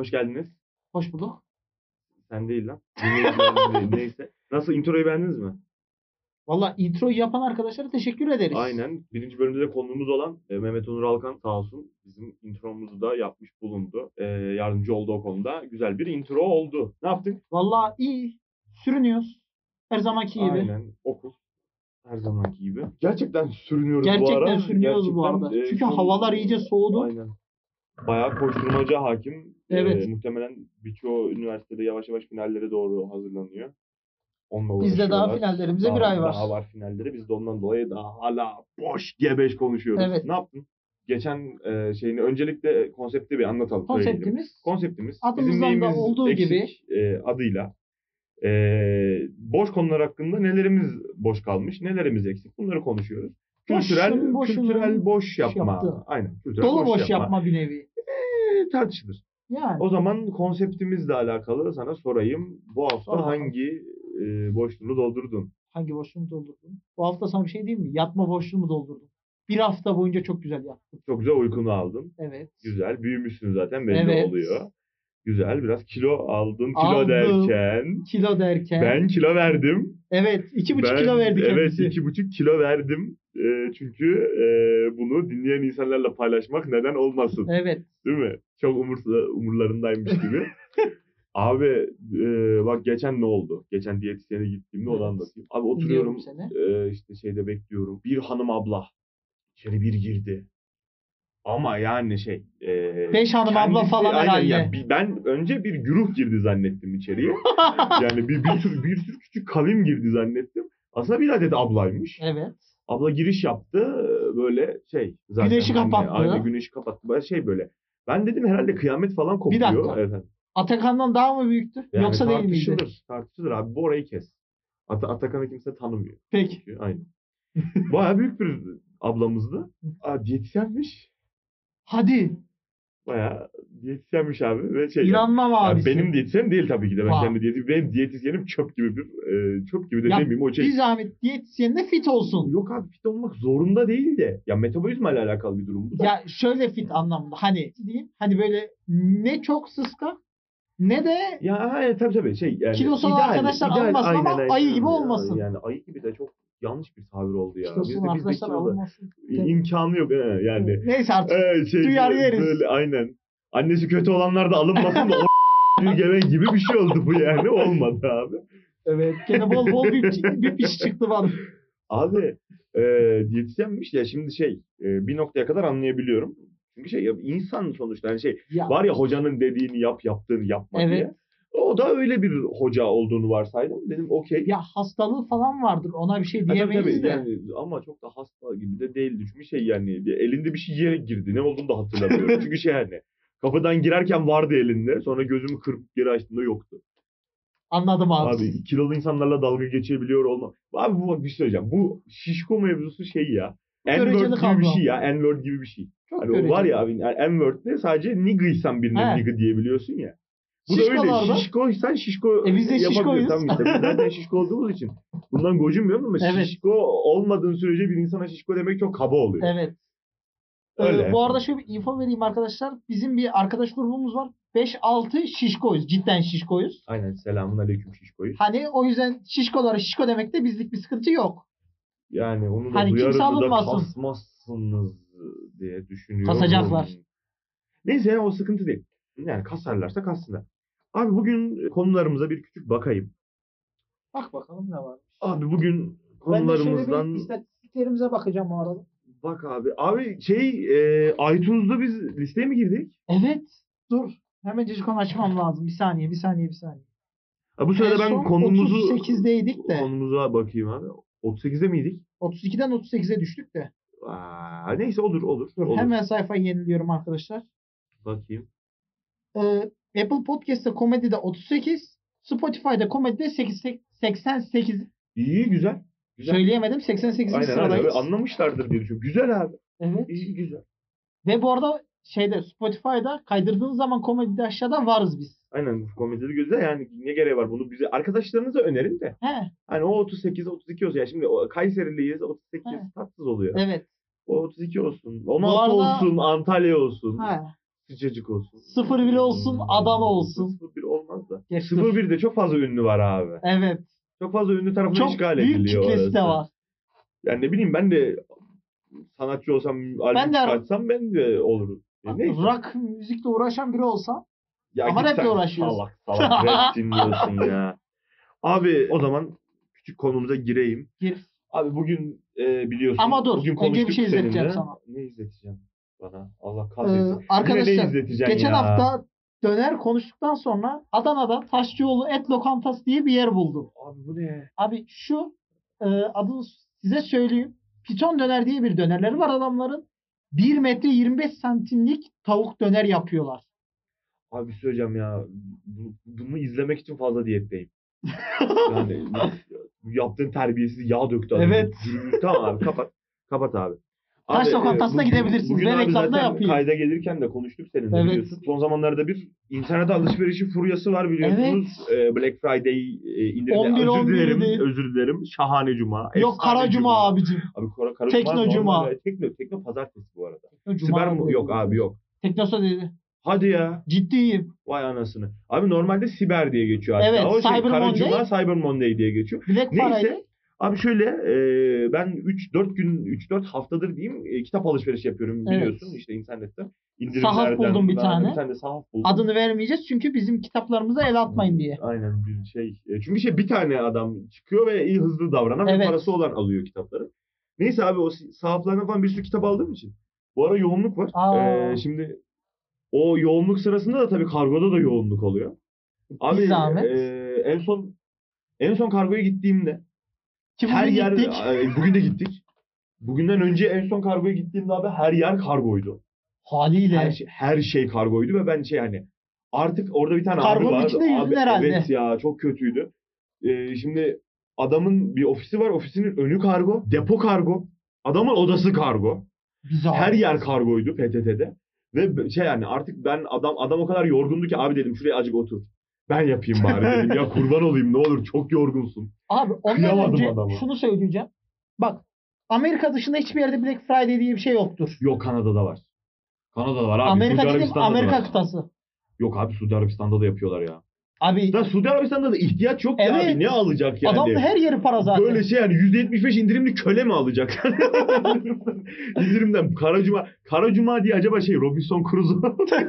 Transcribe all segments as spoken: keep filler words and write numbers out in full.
Hoş geldiniz. Hoş bulduk. Sen değil lan. Dinleyiciler neyse. Nasıl, introyu beğendiniz mi? Valla introyu yapan arkadaşlara teşekkür ederiz. Aynen. Birinci bölümde de konuğumuz olan e, Mehmet Onur Alkan sağ olsun bizim intromuzu da yapmış bulundu. E, yardımcı oldu o konuda. Güzel bir intro oldu. Ne yaptık? Valla iyi. Sürünüyoruz. Her zamanki gibi. Aynen. Okul. Her zamanki gibi. Gerçekten sürünüyoruz Gerçekten bu ara. sürünüyoruz bu arada. e, Çünkü son- havalar iyice soğudu. Aynen. Bayağı koşturmaca hakim. Evet. E, muhtemelen birçoğu üniversitede yavaş yavaş finallere doğru hazırlanıyor. Onunla Bizde daha uğraşıyorlar. finallerimize Daha- bir ay var. Daha var finalleri. Biz de ondan dolayı daha hala boş gebeş konuşuyoruz. Evet. Ne yaptın? Geçen e, şeyini öncelikle konsepti bir anlatalım. söyleyelim. Konseptimiz Konseptimiz adımızdan bizim da neyimiz olduğu eksik, gibi e, adıyla e, boş konular hakkında nelerimiz boş kalmış, nelerimiz eksik bunları konuşuyoruz. Kültürel, Boşun, boşunun kültürel boş yapma. yaptığı. Aynen. Kültürel dolu boş yapma. yapma bir nevi. E, tartışılır. Yani. O zaman konseptimizle alakalı sana sorayım. Bu hafta Sor bakalım. hangi e, boşluğunu doldurdun? Hangi boşluğumu doldurdum? Bu hafta sana bir şey diyeyim mi? Yatma boşluğumu doldurdum. Bir hafta boyunca çok güzel yattım. Çok güzel uykunu aldın. Evet. Güzel. Büyümüşsün zaten belli Evet. oluyor. Güzel. Biraz kilo aldın. Kilo Aldım. derken. Kilo derken. Ben kilo verdim. Evet. iki buçuk Ben- kilo verdi Evet kendisi. iki buçuk kilo verdim. E, çünkü e, bunu dinleyen insanlarla paylaşmak neden olmasın. Evet. Değil mi? Çok umursa, umurlarındaymış gibi. Abi e, bak geçen ne oldu? Geçen diyetisyene gittiğimde onu Evet. anlatayım. Abi oturuyorum Dinliyorum seni. e, işte şeyde bekliyorum. Bir hanım abla içeri bir girdi. Ama yani şey. E, Beş hanım abla kendisi- falan aynen herhalde. ya, bir- ben önce bir güruh girdi zannettim içeriye. Yani bir, bir sürü bir sürü küçük kavim girdi zannettim. Aslında bir adet ablaymış. Evet. Abla giriş yaptı böyle şey. Zaten Güneşi hani, kapattı. Aynen güneşi kapattı. Böyle şey böyle. Ben dedim herhalde kıyamet falan kopuyor. dakika. Efendim. Atakan'dan daha mı büyüktü? Yani Yoksa değil miydi? tartışılır. Tartışılır abi. Bu orayı kes. At Atakan'ı kimse tanımıyor. Peki. Çünkü, aynen. Bayağı büyük bir ablamızdı. Aa, diyetisyenmiş. Hadi. Bayağı diyetisyenmiş abi. Ve şey, İnanmam yani abisi. benim diyetisyenim değil tabii ki de. Ben Vay. kendi diyetisyenim. Benim diyetisyenim çöp gibi bir e, çöp gibi de Ya demeyeyim. O şey. bir zahmet diyetisyenine fit olsun. Yok abi fit olmak zorunda değil de. Ya metabolizma ile alakalı bir durum bu da. Ya şöyle fit anlamında. Hani diyeyim. Hani böyle ne çok sıska ne de Ya evet, tabii tabii şey yani Kilosunu arkadaşlar almasın ama ayı gibi olmasın. Yani ayı gibi de çok yanlış bir tabir oldu ya. kilosunu Bizde- bizde arkadaşlar kiloda alınmasın. imkanı yok he, yani. Neyse artık. Ee, şey, duyar yeriz. Böyle, aynen. Annesi kötü olanlar da alınmasın da o gebe gibi bir şey oldu bu yani. Olmadı abi. Evet. Gene bol bol bir, bir piş çıktı bana. Abi e, diyetisyenmiş ya şimdi şey e, bir noktaya kadar anlayabiliyorum. Çünkü şey ya, insan sonuçta yani şey Ya, var ya hocanın dediğini yap yaptığını yapma Evet. diye. O da öyle bir hoca olduğunu varsaydım. Dedim okey. ya hastalığı falan vardır. Ona bir şey Ha, tabii, diyemeyiz tabii. de. Yani, ama çok da hasta gibi de değildi. Çünkü şey yani bir elinde bir şey yiyerek girdi. Ne olduğunu da hatırlamıyorum. Çünkü şey hani kapıdan girerken vardı elinde. Sonra gözümü kırpıp geri açtığımda yoktu. Anladım abi. Abi kilolu insanlarla dalga geçebiliyor olma. Abi bu bak bir şey söyleyeceğim. Bu şişko mevzusu şey ya. Göreceli N-word gibi kavram. bir şey ya. N-word gibi bir şey. Çok Hani o göreceli. var ya abi yani N-word'de sadece niggıysan birine He. nigga diyebiliyorsun ya. Bu da Şişkolarda- öyle. Şişkoysan şişko E biz de yapabiliyor. şişkoyuz. Tamam işte. Biz zaten şişko olduğumuz için. Bundan gocunmuyorum ama Evet. şişko olmadığın sürece bir insana şişko demek çok kaba oluyor. Evet. Öyle. Ee, bu arada şöyle bir info vereyim arkadaşlar. Bizim bir arkadaş grubumuz var. beş altı şişkoyuz. Cidden şişkoyuz. Aynen. Selamun aleyküm şişkoyuz. Hani o yüzden şişkolara şişko demekte bizlik bir sıkıntı yok. Yani onu da Hani duyarız kimse da alınmasın. kasmazsınız diye düşünüyorum. Kasacaklar. Neyse o sıkıntı değil. Yani kasarlarsa kassınlar. Abi bugün konularımıza bir küçük bakayım. Bak bakalım ne var. Abi bugün Ben de konularımızdan şöyle bir istatistiklerimize bakacağım o arada. bak abi. Abi şey e, iTunes'da biz listeye mi girdik? Evet. Dur. Hemen Cicikon açmam lazım. Bir saniye, bir saniye, bir saniye. Ha, bu sırada En ben son konumuzu otuz sekizdeydik de. konumuza bakayım abi. otuz sekizde miydik? otuz ikiden otuz sekize düştük de. Aa, neyse olur olur. Dur olur. hemen sayfayı yeniliyorum arkadaşlar. Bakayım. Ee, Apple Podcast'te komedide otuz sekiz, Spotify'da komedide seksen sekiz. İyi güzel. Güzel. Söyleyemedim. seksen sekizinci Aynen aynen. sıradayız. Anlamışlardır diye düşünüyorum. Güzel abi. Evet. İyi güzel. Ve bu arada şeyde Spotify'da kaydırdığınız zaman komedide aşağıda varız biz. Aynen komedide güzel yani ne gereği var bunu bize arkadaşlarınıza önerin de. He. Hani o otuz sekiz otuz iki olsun ya şimdi o Kayseriliyiz otuz sekiz He. tatsız oluyor. Evet. O otuz iki olsun. on Bu altı arada- olsun Antalya olsun. He. Sıcacık olsun. sıfır bir olsun, Adana olsun. sıfır bir olmaz da. Geçtir. sıfır birde çok fazla ünlü var abi. Evet. Çok fazla ünlü tarafından Çok işgal büyük ediliyor kitlesi orası. de var. Yani ne bileyim ben de sanatçı olsam, albüm Ben de- çıkartsam ben de olur. E, neyse. Rock müzikle uğraşan biri olsa Ya ama git raple sen uğraşıyoruz. Salak salak rap dinliyorsun ya. Abi o zaman küçük konumuza gireyim. gir. Abi bugün e, biliyorsun. Ama dur, Bugün önce bir konuştuk şey izleteceğim seninle. sana. Ne izleteceğim bana? Allah Ee, kahretsin. Yine ne arkadaşlar izleteceksin geçen ya? hafta döner konuştuktan sonra Adana'da Taşçıoğlu Et Lokantası diye bir yer buldum. Abi bu ne? Abi şu e, adını size söyleyeyim. Piton döner diye bir dönerleri var adamların. bir metre yirmi beş santimlik tavuk döner yapıyorlar. Abi bir şey söyleyeceğim ya. Bu- Bunu izlemek için fazla diyetteyim. Yani yaptığın terbiyesiz yağ döktü adam. Evet. Tamam abi kapat. Kapat abi. Taş Abi, lokantasına e, gidebilirsiniz. Bugün Ben abi reklamda zaten yapayım. kayda gelirken de konuştuk seninle Evet. biliyorsun. Son zamanlarda bir internet alışverişi furyası var biliyorsunuz. E, Black Friday e, indirimde. on bir, özür on bir dilerim. değil. Özür dilerim. Şahane cuma. Yok efsane Kara Cuma abicim. Abi kara, kara Tekno normal Cuma. ya. Tekno, tekno pazartesi bu arada. Cuma Siber mi? dedi. Yok abi yok. Teknosa dedi. Hadi ya. Ciddiyim. Vay anasını. Abi normalde siber diye geçiyor hatta. Evet, O şey, Cyber Kara Monday. Cuma, Cyber Monday diye geçiyor. Black Neyse. Friday. Abi şöyle e, ben üç dört gün üç dört haftadır diyeyim e, kitap alışverişi yapıyorum Evet. biliyorsun işte internette. Sahaf buldum bir ben tane. Bir tane de sahaf buldum. Adını vermeyeceğiz çünkü bizim kitaplarımıza el atmayın diye. Aynen bir şey. E, çünkü şey bir tane adam çıkıyor ve iyi hızlı davranan Evet. ve parası olan alıyor kitapları. Neyse abi o sahaflardan falan bir sürü kitap aldığım için. Bu ara yoğunluk var. Aa. E, şimdi o yoğunluk sırasında da tabii kargoda da yoğunluk oluyor. Abi Bir zahmet. e, en son en son kargoya gittiğimde Ki bugün her yer gittik. e, bugün de gittik. Bugünden önce en son kargoya gittiğimde abi her yer kargoydu. Haliyle. Her şey, her şey kargoydu ve ben şey hani artık orada bir tane Kargonun abi vardı. içinde yüzdün Abi, herhalde. evet ya çok kötüydü. E, şimdi adamın bir ofisi var. Ofisinin önü kargo, depo kargo. Adamın odası kargo. Bir zahmet. Her yer kargoydu P T T'de. Ve şey yani artık ben adam adam o kadar yorgundu ki abi dedim şuraya azıcık otur. Ben yapayım bari dedim. Ya kurban olayım ne olur çok yorgunsun. Abi ondan Kıyamadım önce adamı. şunu söyleyeceğim. Bak Amerika dışında hiçbir yerde Black Friday diye bir şey yoktur. Yok Kanada'da var. Kanada'da var abi. Amerika Suudi dedim Arabistan'da da Amerika var. kıtası. Yok abi Suudi Arabistan'da da yapıyorlar ya. Abi Ya Suudi Arabistan'da da ihtiyaç yok ya Evet. abi. Ne alacak yani? adamın her yeri para zaten. Böyle şey yani yüzde yetmiş beş indirimli köle mi alacak? İndirimden Kara Cuma. Kara Cuma diye acaba şey Robinson Crusoe.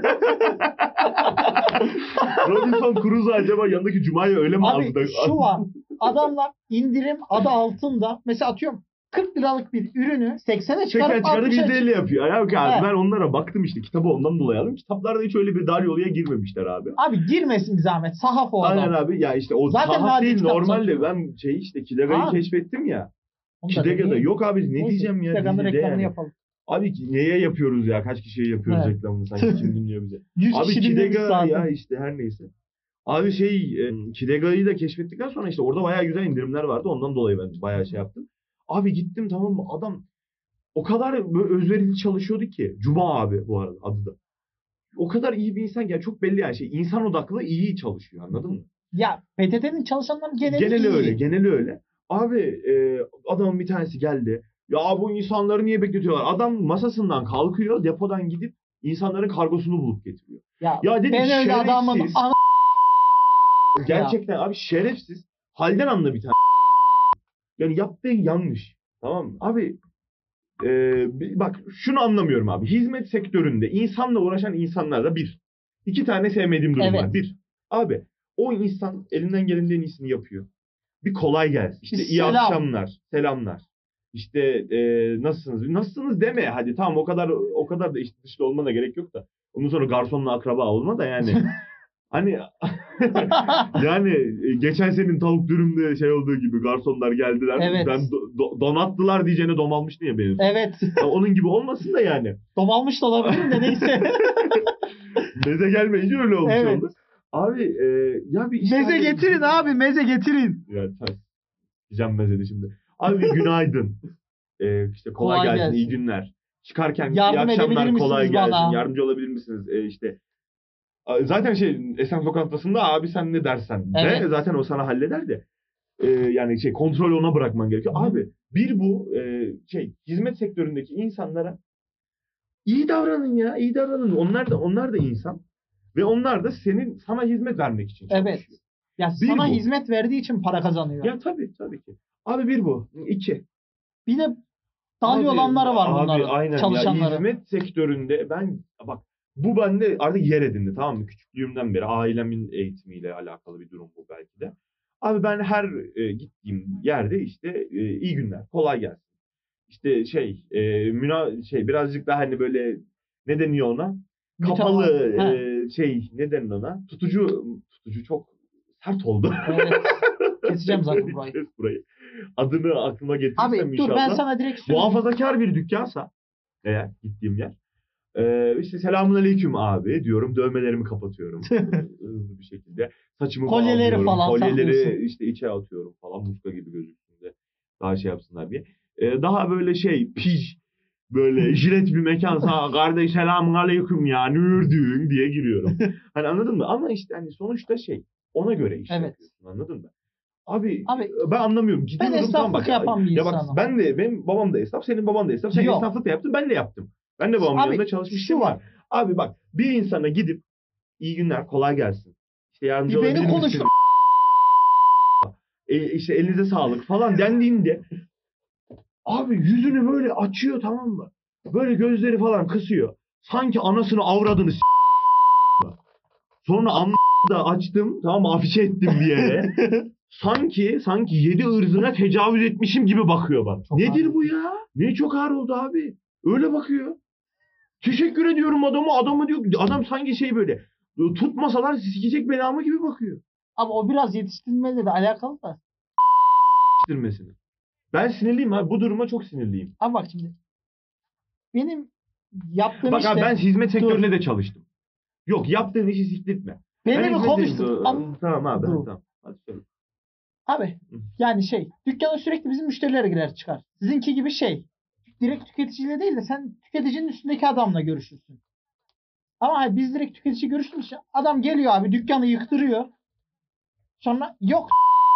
Robinson Crusoe acaba yanındaki Cuma'yı öyle mi Abi aldı? şu var. Adamlar indirim adı altında mesela atıyorum kırk liralık bir ürünü seksene Şeker çıkarıp çıkardı altmışa yüzde elli yapıyor. Ya yok abi He. ben onlara baktım işte kitabı ondan dolayı aldım. Kitaplarda hiç öyle bir dar yoluya girmemişler abi. Abi girmesin bir zahmet. Sahaf o adam. Aynen abi ya işte o Zaten sahaf nadir değil kitap normalde satıyor. ben şey işte Kidega'yı Abi. keşfettim ya. Onu da Kidega'da demeyeyim. yok abi ne Neyse, diyeceğim ya Instagram'da dizide reklamını yani. yapalım. Abi ki- neye yapıyoruz ya kaç kişiye yapıyoruz Evet. reklamını sanki kim dinliyor bize. yüz Abi kişi dinlemiş Kidega zaten. ya işte her neyse. Abi şey e, Kidega'yı da keşfettikten sonra işte orada bayağı güzel indirimler vardı ondan dolayı ben bayağı şey yaptım. Abi gittim tamam mı adam o kadar böyle özverili çalışıyordu ki. Cuma abi bu arada adı da. O kadar iyi bir insan ki yani çok belli yani şey insan odaklı iyi çalışıyor anladın mı? Ya P T T'nin çalışanları geneli, Geneli iyi. öyle, geneli öyle. Abi e, adamın bir tanesi geldi. Ya bu insanları niye bekletiyorlar? Adam masasından kalkıyor, depodan gidip insanların kargosunu bulup getiriyor. Ya, Ya dedim ben öyle şerefsiz. adamın ana... Gerçekten abi şerefsiz. Halden anla bir tane. Yani yaptığı yanlış. Tamam mı? Abi e, bir- bak şunu anlamıyorum abi. Hizmet sektöründe insanla uğraşan insanlarda bir. iki tane sevmediğim durum Evet. var. Bir. Abi o insan elinden gelenin en iyisini yapıyor. Bir kolay gelsin. İşte Bir iyi selam. akşamlar. Selamlar. İşte e, nasılsınız? Nasılsınız deme. Hadi tamam o kadar o kadar da işte dışlı olmana gerek yok da. Ondan sonra garsonla akraba olma da yani. Hani yani e, geçen senin tavuk dürümde şey olduğu gibi garsonlar geldiler. Evet. Ben do- do- donattılar diyeceğine dom almıştın ya benim. Evet. Ya onun gibi olmasın da yani. Domalmış da olabilir de neyse. Meze gelmeyince öyle olmuş Evet. oldu. Abi e, ya bir işte meze hani- getirin abi meze getirin. Ya ters. Diyeceğim mezede şimdi. Abi bir günaydın. Ee, işte kolay, Kolay gelsin, gelsin. iyi günler. Çıkarken Yardım iyi akşamlar, edebilir misiniz kolay gelsin. bana? Yardımcı olabilir misiniz? Ee, işte a- zaten şey esnaf lokantasında abi sen ne dersen de Evet. zaten o sana halleder de. Ee, yani şey kontrolü ona bırakman gerekiyor. Hı. Abi bir bu e, şey hizmet sektöründeki insanlara İyi davranın ya, iyi davranın. Onlar da onlar da insan ve onlar da senin sana hizmet vermek için çalışıyor. Evet. Ya Bir sana bu. hizmet verdiği için para kazanıyor. Ya tabii tabii ki. Abi bir bu. İki. Bir de dalıyor Abi, olanları var abi, bunların. aynen Çalışanları. ya, hizmet sektöründe ben bak bu bende artık yer edindi, tamam mı? Küçüklüğümden beri ailemin eğitimiyle alakalı bir durum bu belki de. Abi ben her e, gittiğim yerde işte e, iyi günler, kolay gelsin. İşte şey, e, müna şey birazcık daha hani böyle ne deniyor ona? Kapalı Mütevazi. e, şey ne denir ona? Tutucu tutucu çok sert oldu. Evet. Keseceğim zaten burayı. Kes burayı. Adını aklıma getirirsem Abi inşallah. dur ben sana direkt söyleyeyim. Muhafazakar bir dükkansa eğer gittiğim yer. Ee, işte selamun aleyküm abi diyorum. Dövmelerimi kapatıyorum. Hızlı bir şekilde. Saçımı Kolyeleri bağlıyorum. falan Kolyeleri saklıyorsun. işte içe atıyorum falan. Muska gibi gözüksün de. Daha şey yapsınlar diye. Ee, daha böyle şey pij böyle jilet bir mekansa kardeş selamun aleyküm ya nürdün diye giriyorum. Hani anladın mı? Ama işte hani sonuçta şey ona göre iş Evet. yapıyorsun, anladın mı? Abi, Abi, ben anlamıyorum. Gidiyorum, esnaflık tamam bak, yapan bir ya bak insanım. ben de benim babam da esnaf, senin baban da esnaf. Sen Yok. esnaflık da yaptın, ben de yaptım. Ben de babamın Abi, yanında çalışmıştım. şu var. Abi bak bir insana gidip iyi günler, kolay gelsin. İşte yardımcı Bir beni olabilir konuş. misiniz? E, işte elinize sağlık falan dendiğinde abi yüzünü böyle açıyor, tamam mı? Böyle gözleri falan kısıyor. Sanki anasını avradını s***. Sonra am da açtım, tamam mı? Afişe ettim bir yere. Sanki sanki yedi ırzına tecavüz etmişim gibi bakıyor bak. Çok Nedir ağır. bu ya? Niye çok ağır oldu abi? Öyle bakıyor. Teşekkür ediyorum adamı. Adamı diyor adam sanki şey böyle tutmasalar sikecek belamı gibi bakıyor. Abi o biraz yetiştirmeyle de alakalı da. Yetiştirmesini. Ben sinirliyim abi. Bu duruma çok sinirliyim. Ama bak şimdi. Benim yaptığım Bak işte. abi ben hizmet sektöründe Dur. de çalıştım. Yok yaptığın işi sikletme. Beni Ben mi hizmet konuştun? sektörü- Ama- Tamam abi. Dur. Tamam. Hadi söyle. Abi yani şey. Dükkana sürekli bizim müşteriler girer çıkar. Sizinki gibi şey. Direkt tüketiciyle değil de sen tüketicinin üstündeki adamla görüşürsün. Ama hayır, biz direkt tüketici görüştüğümüz için adam geliyor abi dükkanı yıktırıyor. Sonra yok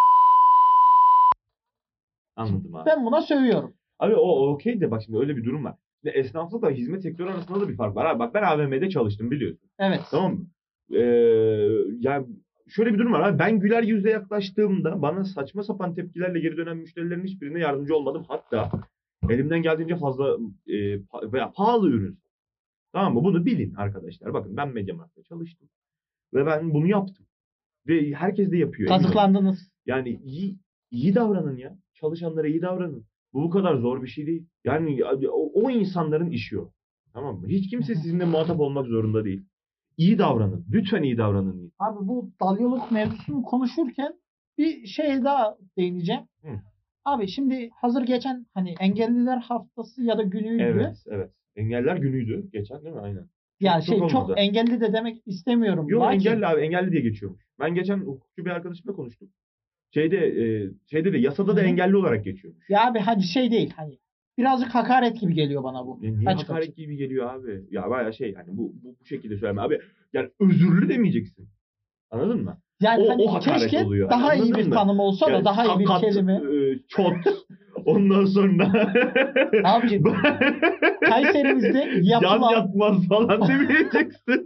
Anladım abi. ben buna sövüyorum. Abi o okey de bak şimdi öyle bir durum var. Şimdi esnaflıkla hizmet sektörü arasında da bir fark var. Abi bak ben A V M'de çalıştım biliyorsun. Evet. Tamam mı? Ee, yani şöyle bir durum var abi. Ben güler yüzle yaklaştığımda bana saçma sapan tepkilerle geri dönen müşterilerin hiçbirine yardımcı olmadım. Hatta elimden geldiğince fazla e, pa- veya pahalı ürün. Tamam mı? Bunu bilin arkadaşlar. Bakın ben Mediamarkt'ta çalıştım. Ve ben bunu yaptım. Ve herkes de yapıyor. eminim. Kazıklandınız. Yani iyi, iyi davranın ya. Çalışanlara iyi davranın. Bu bu kadar zor bir şey değil. Yani o, o insanların işi o. Tamam mı? Hiç kimse sizinle muhatap olmak zorunda değil. İyi davranın. Lütfen iyi davranın. Abi bu dalyalık mevzusunu konuşurken bir şey daha değineceğim. Hı. Abi şimdi hazır geçen hani engelliler haftası ya da günüydü. Evet, evet. Engeller günüydü geçen değil mi? Aynen. Ya Çok- şey çok çok olmadı. engelli de demek istemiyorum. Yok Lakin- engelli abi. Engelli diye geçiyormuş. Ben geçen hukukçu bir arkadaşımla konuştum. Şeyde e, şeyde de yasada da Hı hı. engelli olarak geçiyormuş. Ya abi hadi şey değil hani birazcık hakaret gibi geliyor bana bu. Ya niye Açık hakaret açık. gibi geliyor abi? Ya bayağı şey hani bu, bu, bu şekilde söyleme abi. Yani özürlü demeyeceksin. Anladın mı? Yani O- hani o hakaret keşke oluyor. daha Anladın iyi bir mı? tanım olsa da Yani daha iyi bir sakat, kelime. e, çot. Ondan sonra Abicim, Kayserimizde can yapılan- yatmaz falan demeyeceksin.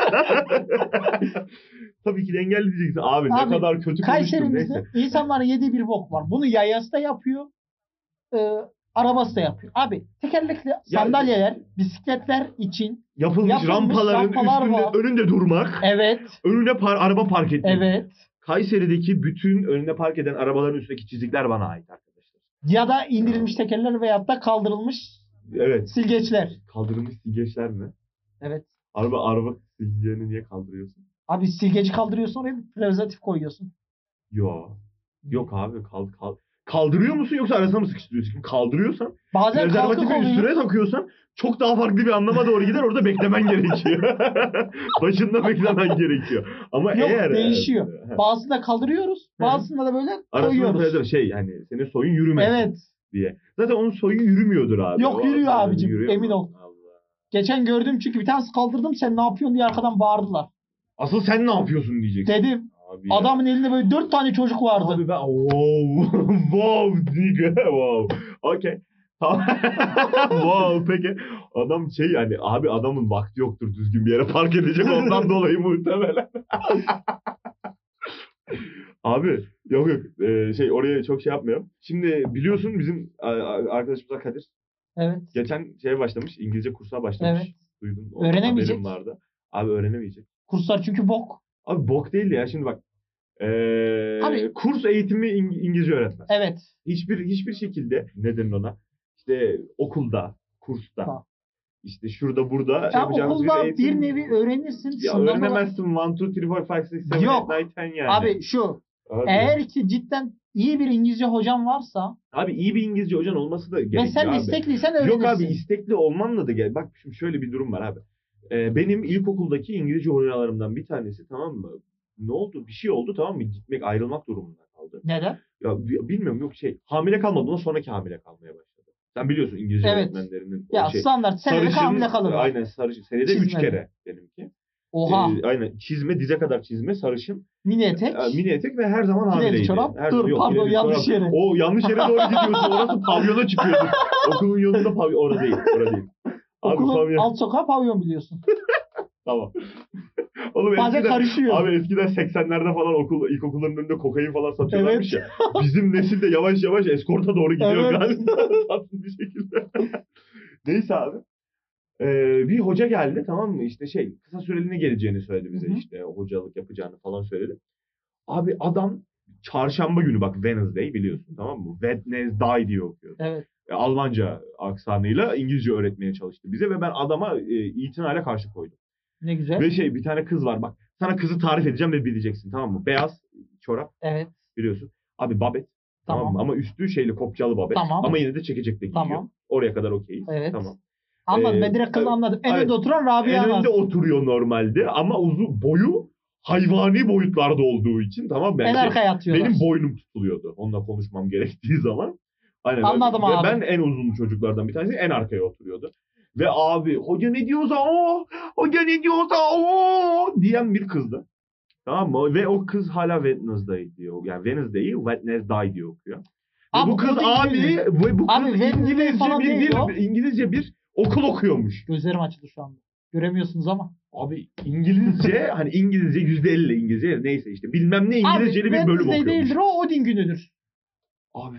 Tabii ki de engelli diyeceksin. Abi, Abi, ne kadar kötü konuştun Kayserimizde neyse. insanların yediği bir bok var. Bunu yayası da yapıyor. E, arabası da yapıyor. Abi tekerlekli sandalyeler, bisikletler için Yapılmış, yapılmış rampaların rampalar üstünde var. önünde durmak. evet, Önüne par- araba park etmek. evet. Kayseri'deki bütün önüne park eden arabaların üstündeki çizikler bana ait arkadaşlar. Ya da indirilmiş tekerler veyahut da kaldırılmış Evet. silgeçler. Kaldırılmış silgeçler mi? Evet. Araba araba sileceğini niye kaldırıyorsun? Abi silgeci kaldırıyorsun oraya bir prezervatif koyuyorsun. Yo. Yok abi kal, kal. Kaldırıyor musun yoksa arasına mı sıkıştırıyorsun? Kaldırıyorsan Bazen kalkık prezervatifi oluyor. üstüne takıyorsan çok daha farklı bir anlama doğru gider. Orada beklemen gerekiyor. Başında beklemen gerekiyor. Ama Yok, eğer değişiyor. e, Bazısında kaldırıyoruz. Bazısında da böyle arasında koyuyoruz. prezervatif şey yani senin soyun yürümesin Evet. diye. Zaten onun soyu yürümüyordur abi. Yok, O yürüyor adam abicim, yürüyor emin mu? ol. Allah. Geçen gördüm çünkü bir tanesi kaldırdım sen ne yapıyorsun diye arkadan bağırdılar. Asıl sen ne yapıyorsun diyeceksin. Dedim. Abi ya. Adamın elinde böyle dört tane çocuk vardı. Abi ben wow wow nigga wow. Okey. Wow, peki adam şey yani abi adamın vakti yoktur düzgün bir yere park edecek ondan dolayı muhtemelen. Abi yok yok ee, şey oraya çok şey yapmıyorum. Şimdi biliyorsun bizim a- a- arkadaşımız Kadir Evet. geçen şeye başlamış İngilizce kursuna başlamış. Evet. Duydum. Ondan Öğrenemeyecek. haberim vardı. Abi öğrenemeyecek. Kurslar çünkü bok. Abi bok değil ya şimdi bak. Ee, Abi- kurs eğitimi İng- İngilizce öğretmez. Evet. Hiçbir hiçbir şekilde ne denir ona? İşte okulda, kursta, Ha. işte şurada burada Ya yapacağımız okulda bir eğitim. bir nevi öğrenirsin. Ya Şundan dolayı- öğrenemezsin. one, two, three, four, five, six, seven, Yok. eight, nine, ten yani. Abi şu. Abi, Eğer ki cidden iyi bir İngilizce hocan varsa abi iyi bir İngilizce hocan olması da gerekiyor ve sen abi. istekliysen öğrenirsin. Yok abi istekli olmanla da gel. Bak şimdi şöyle bir durum var abi. Ee, benim ilkokuldaki İngilizce hocalarımdan bir tanesi tamam mı? Ne oldu? Bir şey oldu tamam mı? Gitmek, ayrılmak durumunda kaldı. Neden? Ya bi- bilmiyorum yok şey. Hamile kalmadı ondan sonraki hamile kalmaya başladı. Sen biliyorsun İngilizce Evet. öğretmenlerinin Ya o şey. standart senede hamile kalırlar. Aynen sarışın. Senede üç Çizmeli. kere benimki. Oha. Ee, aynen çizme dize kadar çizme sarışın. Mini etek. Ee, mini etek ve her zaman Pileli hamileydi. çorap. Her, Dur, pardon, pileli yanlış çorap. yere. O yanlış yere doğru gidiyorsun. Orası pavyona çıkıyorsun. Okulun yanında pavyon. Orada değil. Orada değil. Abi Okulun pavyon. alt sokağı pavyon biliyorsun. Tamam. Oğlum Bazen eskiden, karışıyor. abi eskiden seksenlerde falan okul, ilkokulların önünde kokain falan satıyorlarmış ya. Bizim nesil de yavaş yavaş eskorta doğru gidiyor Evet. galiba. Tatlı bir şekilde. Neyse abi. Ee, bir hoca geldi tamam mı? İşte şey kısa süreliğine geleceğini söyledi bize Hı hı. işte hocalık yapacağını falan söyledi. Abi adam çarşamba günü bak Wednesday biliyorsun tamam mı? Wednesday diye okuyor. Evet. E, Almanca aksanıyla İngilizce öğretmeye çalıştı bize ve ben adama e, itinayla karşı koydum. Ne güzel. Ve şey bir tane kız var bak sana kızı tarif edeceğim ve bileceksin tamam mı? Beyaz çorap Evet. biliyorsun. Abi babet tamam, Tamam. mı? Ama üstü şeyli kopçalı babet. Tamam. Ama yine de çekecekle giyiyor. Tamam. Oraya kadar okeyiz. Evet. Tamam. Anladım. Ee, ben direkt kızı evet. anladım. En Evet. önde oturan Rabia En Naz. önde oturuyor normalde ama uzun boyu hayvani boyutlarda olduğu için tamam mı? En Ben- arkaya atıyorlar. Benim boynum tutuluyordu onunla konuşmam gerektiği zaman. Aynen. Anladım Ve abi. ben en uzun çocuklardan bir tanesi en arkaya oturuyordu. Ve abi hoca ne diyorsa o, hoca ne diyorsa o diyen bir kızdı. Tamam mı? Ve o kız hala Wednesday diyor. Yani Wednesday'i Wednesday diye okuyor. Ve Abi bu kız o da abi İngilizce. ve bu kız Abi Wednesday İngilizce falan bir, değil bir o. İngilizce bir okul okuyormuş. Gözlerim açıldı şu anda. Göremiyorsunuz ama. Abi İngilizce hani İngilizce yüzde elli İngilizce neyse işte bilmem ne Abi İngilizceli bir bölüm Wednesday okuyormuş. değildir o Odin günüdür. Abi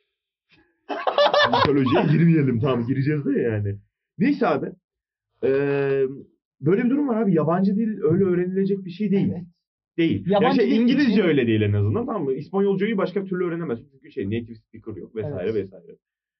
mitolojiye girmeyelim tamam gireceğiz de yani. Neyse abi. Ee, böyle bir durum var abi. Yabancı dil öyle öğrenilecek bir şey değil. Evet. Değil. Yabancı ya şey, dil İngilizce için- öyle değil en azından tamam mı? İspanyolcayı başka türlü öğrenemezsin. Çünkü şey native speaker yok vesaire Evet. vesaire.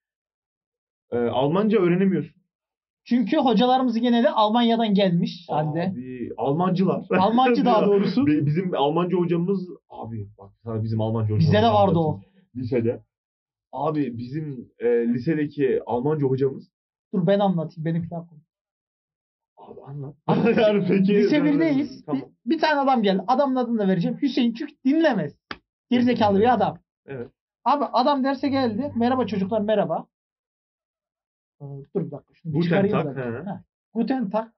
Ee, Almanca öğrenemiyorsun. Çünkü hocalarımız genelde Almanya'dan gelmiş halde. Abi Almancılar. Almancı daha doğrusu. Bi- Bizim Almanca hocamız abi bak sana bizim Almanca hocamız. Bizde de vardı o. anlatayım. Lisede. Abi bizim e, lisedeki Almanca hocamız. Dur ben anlatayım. Benimkiler konu. Abi anlat. yani peki. Lise birdeyiz. Tamam. Bir, bir tane adam geldi. Adamın adını da vereceğim. Hüseyin çünkü dinlemez. Gerizekalı bir adam. Evet. Abi adam derse geldi. Merhaba çocuklar merhaba. Ee, dur bir dakika. Şunu bir Guten çıkarayım Tag, da. he. Ha. Guten Tag.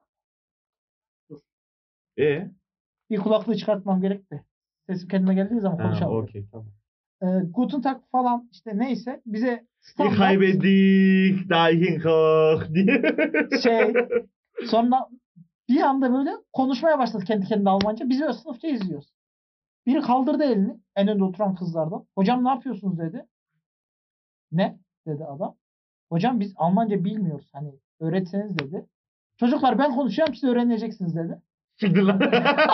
E? Bir kulaklığı çıkartmam gerek de. Sesim kendime geldiği zaman Ha, konuşamıyorum. okey tamam. Ee, Guten Tag falan işte neyse bize Ich standart habe dich dahin hoch diye. şey sonra bir anda böyle konuşmaya başladı kendi kendine Almanca. Biz böyle sınıfta izliyoruz. Biri kaldırdı elini en önde oturan kızlardan. Hocam ne yapıyorsunuz dedi. Ne? Dedi adam. Hocam biz Almanca bilmiyoruz. Hani öğretseniz dedi. Çocuklar ben konuşuyorum siz öğreneceksiniz dedi. Siktir lan.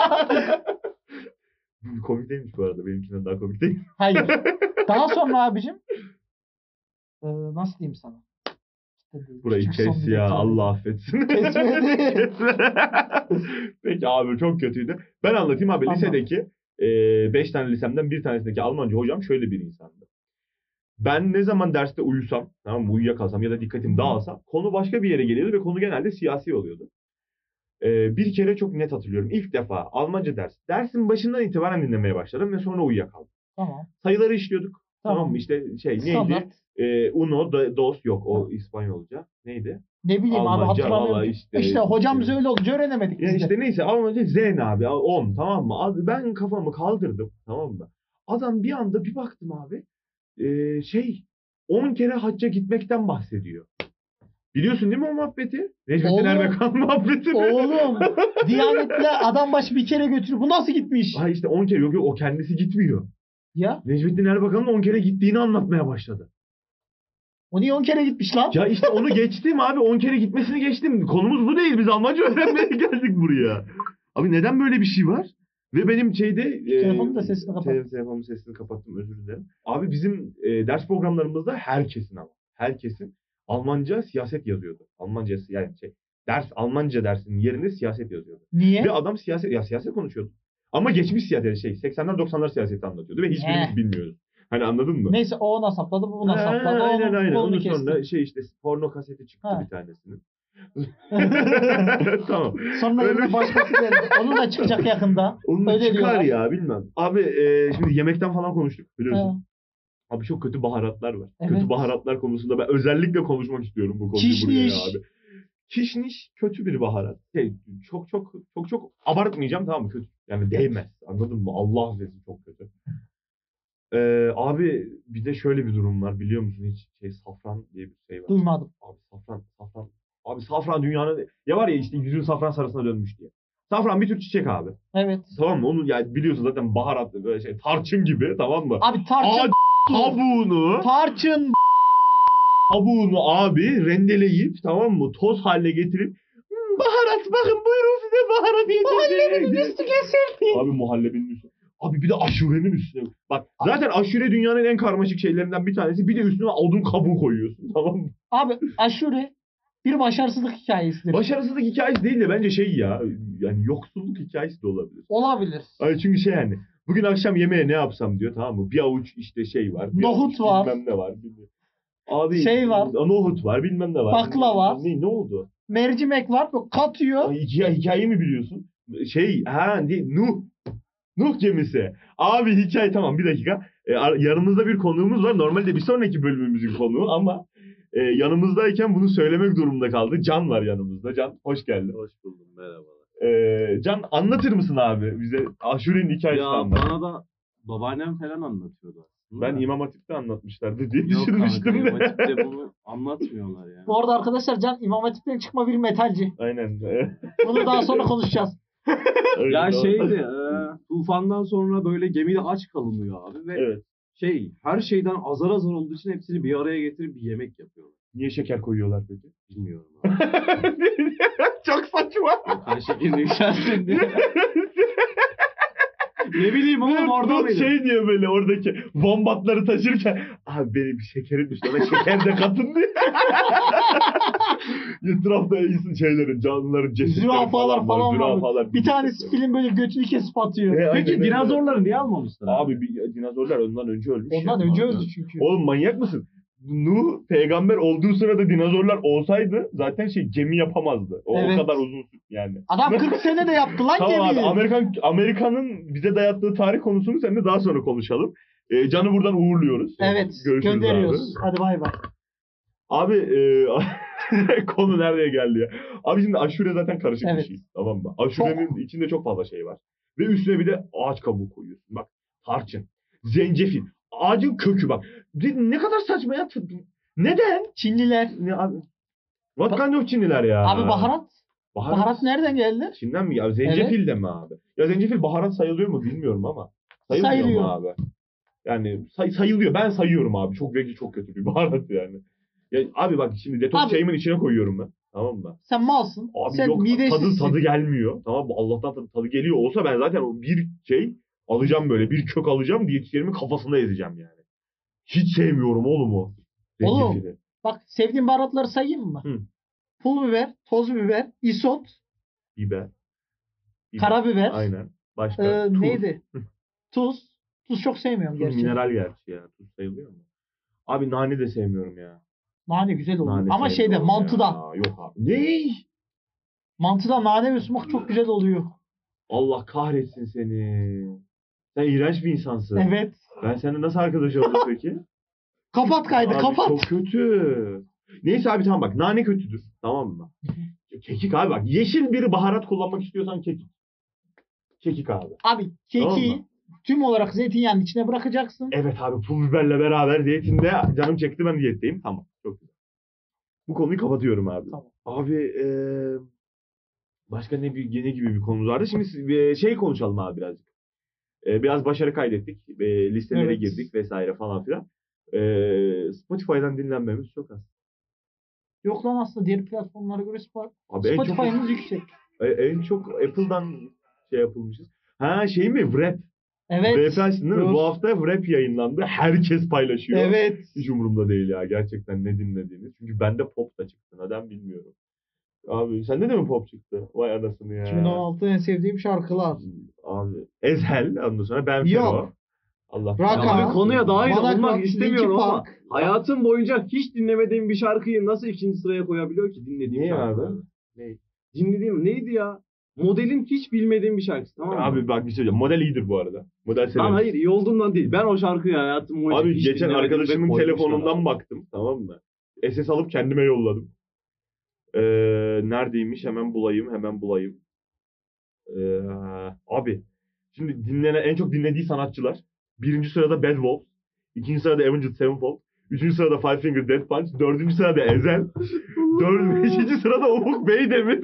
Bu komik değilmiş bu arada. Benimkinden daha komik değil. Hayır. Daha sonra abicim e, nasıl diyeyim sana? İşte Burayı küçük son kes bir ya. detay. Allah affetsin. Kesmedi. Peki abi çok kötüydü. Ben anlatayım abi. Anlat. Lisedeki beş tane lisemden bir tanesindeki Almanca hocam şöyle bir insandı. Ben ne zaman derste uyusam, tamam mı, uyuyakalsam ya da dikkatim dağılsa konu başka bir yere geliyordu ve konu genelde siyasi oluyordu. Ee, bir kere çok net hatırlıyorum. İlk defa Almanca ders. Dersin başından itibaren dinlemeye başladım ve sonra uyuyakaldım. Tamam. Sayıları işliyorduk. Tamam, Tamam. mı? İşte şey neydi? Standart. Ee, uno, da- dos yok. O Tamam. İspanyolca. Neydi? Ne bileyim abi Almanca, hatırlamıyorum. valla ki. işte- İşte, hocam bize öyle olunca öğrenemedik Ya biz de. işte neyse Almanca Zen abi. on tamam mı? Az- Ben kafamı kaldırdım. Tamam mı? Adam bir anda bir baktım abi. Ee, şey on kere hacca gitmekten bahsediyor. Biliyorsun değil mi o muhabbeti? Necmettin Oğlum. Erbakan muhabbeti. Oğlum Diyanet'le adam başı bir kere götürüp bu nasıl gitmiş? Ha işte on kere yok yok o kendisi gitmiyor. Ya Necmettin Erbakan'ın on kere gittiğini anlatmaya başladı. o niye on kere gitmiş lan? Ya işte onu geçtim abi. on kere gitmesini geçtim. Konumuz bu değil. Biz Almanca öğrenmeye geldik buraya. Abi neden böyle bir şey var? Ve benim şeyde... Telefonun da sesini kapat. Te- telefonumun sesini kapattım, özür dilerim. Abi bizim e, ders programlarımızda herkesin ama. Herkesin Almanca siyaset yazıyordu. Almanca yani şey... Ders, Almanca dersinin yerine siyaset yazıyordu. Niye? Ve adam siyaset... Ya siyaset konuşuyordu. Ama geçmiş siyaset şey. seksenler doksanlar siyaseti anlatıyordu. Ve hiçbirimiz He. bilmiyoruz. Hani anladın mı? Neyse o ona sapladı bu buna Ha, sapladı. aynen Onun aynen. kolunu Ondan kesti. sonra şey işte porno kaseti çıktı Ha. bir tanesinin. Tamam. Sonra Öyle- yine başkası geldi. Onun da çıkacak yakında. Onun da Öyle çıkar diyorlar. ya bilmem. Abi e, şimdi yemekten falan konuştuk biliyorsun. Ha. Abi çok kötü baharatlar var. Evet. Kötü baharatlar konusunda ben özellikle konuşmak istiyorum bu konuyu Kişniş. buraya abi. Kişniş kötü bir baharat. Şey, çok çok çok çok abartmayacağım tamam mı? Kötü. Yani değmez. Anladın mı? Allah affetsin çok kötü. Ee, abi bir de şöyle bir durum var biliyor musun hiç şey safran diye bir şey var. Duymadım. Abi safran safran. Abi safran dünyanın ya var ya işte yüzün safran sarısına dönmüş diye. Safran bir tür çiçek abi. Evet. Tamam mı? Onu yani biliyorsun zaten baharatlı böyle şey tarçın gibi tamam mı? Abi tarçın. Ağaç kabuğunu Tarçın. kabuğunu abi rendeleyip tamam mı? Toz haline getirip "Hmm, baharat bakın buyurun size baharat yedirdim. Üstü kesildi. Abi muhallebinin üstüne. Abi bir de aşurenin üstüne. Bak zaten aşure dünyanın en karmaşık şeylerinden bir tanesi. Bir de üstüne odun kabuğu koyuyorsun tamam mı? Abi aşure bir başarısızlık hikayesidir. Başarısızlık hikayesi değil de bence şey ya. Yani yoksulluk hikayesi de olabilir. Olabilir. Ay çünkü şey yani. Bugün akşam yemeğe ne yapsam diyor tamam mı? Bir avuç işte şey var. Bir Nohut avuç var. Bilmem ne var. Bilmem. Abi Şey var. Nohut var bilmem ne var. Bakla var. Ne, ne oldu? Mercimek var. Böyle katıyor. Ay, hikaye, hikaye mi biliyorsun? Şey ha değil, Nuh. Nuh gemisi. Abi hikaye tamam bir dakika. E, ar- yanımızda bir konuğumuz var. Normalde bir sonraki bölümümüzün konuğu ama e, yanımızdayken bunu söylemek durumunda kaldı. Can var yanımızda. Can hoş geldin. Hoş buldum, merhabalar. E, Can anlatır mısın abi bize Aşure'nin hikayesini Ya anlat. bana da babaannem falan anlatıyordu aslında. Ben İmam Hatip'te anlatmışlardı diye Yok kanka, düşünmüştüm de. İmam Hatip'te bunu anlatmıyorlar yani. Bu arada arkadaşlar Can İmam Hatip'ten çıkma bir metalci. Aynen. Bunu daha sonra konuşacağız. Öyle Ya doğru. şeydi, e, tufandan sonra böyle gemide aç kalınıyor abi ve Evet. şey her şeyden azar azar olduğu için hepsini bir araya getirip bir yemek yapıyorlar. Niye şeker koyuyorlar peki? Bilmiyorum abi. Çok saçma. Kan şekerini yükselsin diye. Ne bileyim oğlum orada Bu mıydı? şey diyor böyle oradaki bombatları taşırken abi benim şekerim düştü ona şeker de katın diye. Etrafta iyisin şeylerin canlıların cesetleri Zürafalar falan var. Zürafalar. Bir tanesi film böyle götünü kesip atıyor. E, aynen Peki öyle. dinozorları niye almamışlar? Abi bir, dinozorlar ondan önce ölmüş. Ondan ya. önce öldü çünkü. Oğlum manyak mısın? Nuh peygamber olduğu sırada dinozorlar olsaydı zaten şey gemi yapamazdı. O, Evet. o kadar uzun sü- yani. Adam kırk sene de yaptı lan Tamam abi gemiyi. Amerikan Amerika'nın bize dayattığı tarih konusunu seninle daha sonra konuşalım. Ee, Can'ı buradan uğurluyoruz. Evet. Görüşürüz Gönderiyoruz. abi. Hadi bay bay. Abi e, konu nereye geldi ya? Abi şimdi aşure zaten karışık Evet. bir şey. Tamam mı? Aşurenin içinde çok fazla şey var. Ve üstüne bir de ağaç kabuğu koyuyorsun. Bak tarçın, zencefil, ağacın kökü bak. Ne kadar saçma ya. Neden? Çinliler. Ne abi? What kind of Çinliler ya? Abi baharat. Baharat, Baharat nereden geldi? Çin'den mi ya? Zencefil de mi abi? Ya zencefil baharat sayılıyor mu bilmiyorum ama. Sayılmıyor Sayılıyor. mu abi? Yani say- sayılıyor. Ben sayıyorum abi. Çok belki çok kötü bir baharat yani. Ya abi bak şimdi detoks Abi- şeyimin içine koyuyorum ben. Tamam mı? Sen malsın. Abi Sen yok tadı midesizsin. tadı gelmiyor. Tamam mı? Allah'tan tadı, tadı geliyor olsa ben zaten o bir şey alacağım böyle. Bir kök alacağım diyetisyenimin kafasına ezeceğim yani. Hiç sevmiyorum oğlum o. Oğlum. Zencefili. Bak sevdiğin baharatları sayayım mı? Hı. Pul biber, toz biber, isot, Biber. Biber. karabiber. Aynen. Başka. Ee, tuz. neydi? Tuz. Tuz çok sevmiyorum Tuz gerçi. mineral gerçi ya. Tuz sayılıyor mu? Abi nane de sevmiyorum ya. Nane güzel oluyor. Nane Ama şeyde sevmiyorum mantıda. ya. Yok abi. Ne? Mantıda nane ve sumak çok güzel oluyor. Allah kahretsin seni. Sen iğrenç bir insansın. Evet. Ben seninle nasıl arkadaş oldum peki? Kapat kaydı Abi kapat. çok kötü. Neyse abi tamam bak nane kötüdür. Tamam mı? Kekik abi bak. Yeşil bir baharat kullanmak istiyorsan kekik. Kekik abi. Abi Tamam keki mı? tüm olarak zeytinyağının içine bırakacaksın. Evet abi, pul biberle beraber zeytinde canım çekti, ben diyetteyim. Tamam. Çok güzel. Bu konuyu kapatıyorum abi. Tamam. Abi eee başka ne, bir, ne gibi bir konumuz vardı? Şimdi siz- bir şey konuşalım abi birazcık. Eee, biraz başarı kaydettik. Eee, listelere Evet. girdik vesaire falan filan. Eee, Spotify'dan dinlenmemiz çok az. Yok lan, aslında diğer platformlara göre Spo- Abi en çok, Spotify'ımız yüksek. e, en çok Apple'dan şey yapılmışız. Ha şey mi? Wrap. Evet. Wrap açtın değil mi? Dur. Bu hafta Wrap yayınlandı. Herkes paylaşıyor. Evet. Hiç umurumda değil ya gerçekten ne dinlediğini. Çünkü bende pop da çıktı. Neden bilmiyorum. Abi sende de mi pop çıktı? Vay anasını ya. iki bin on altı en sevdiğim şarkılar. Abi Ezhel, ondan sonra Ben Yok. Fero. Allah. Raka. Ya abi konuya dahil Bana olmak Rock, istemiyorum Linkin ama Park. hayatım boyunca hiç dinlemediğim bir şarkıyı nasıl ikinci sıraya koyabiliyor ki dinlediğim Niye şarkı? abi? Ne? Dinlediğim neydi ya? Modelin hiç bilmediğim bir şarkısı, tamam mı? Abi bak bir şey söyleyeceğim. Model iyidir bu arada. Model Lan severiz. hayır, iyi olduğundan değil. Ben o şarkıyı hayatım boyunca Abi hiç geçen dinlemedim ve arkadaşımın koymuşlar telefonundan abi. baktım, tamam mı? S S alıp kendime yolladım. Ee, neredeymiş? Hemen bulayım, hemen bulayım. Ee, abi şimdi dinlenen, en çok dinlediği sanatçılar. Birinci sırada Bad Wolf. İkinci sırada Avenged Sevenfold. Üçüncü sırada Five Finger Death Punch. Dördüncü sırada Ezel. Dört, beşinci sırada Ufuk Beydemir.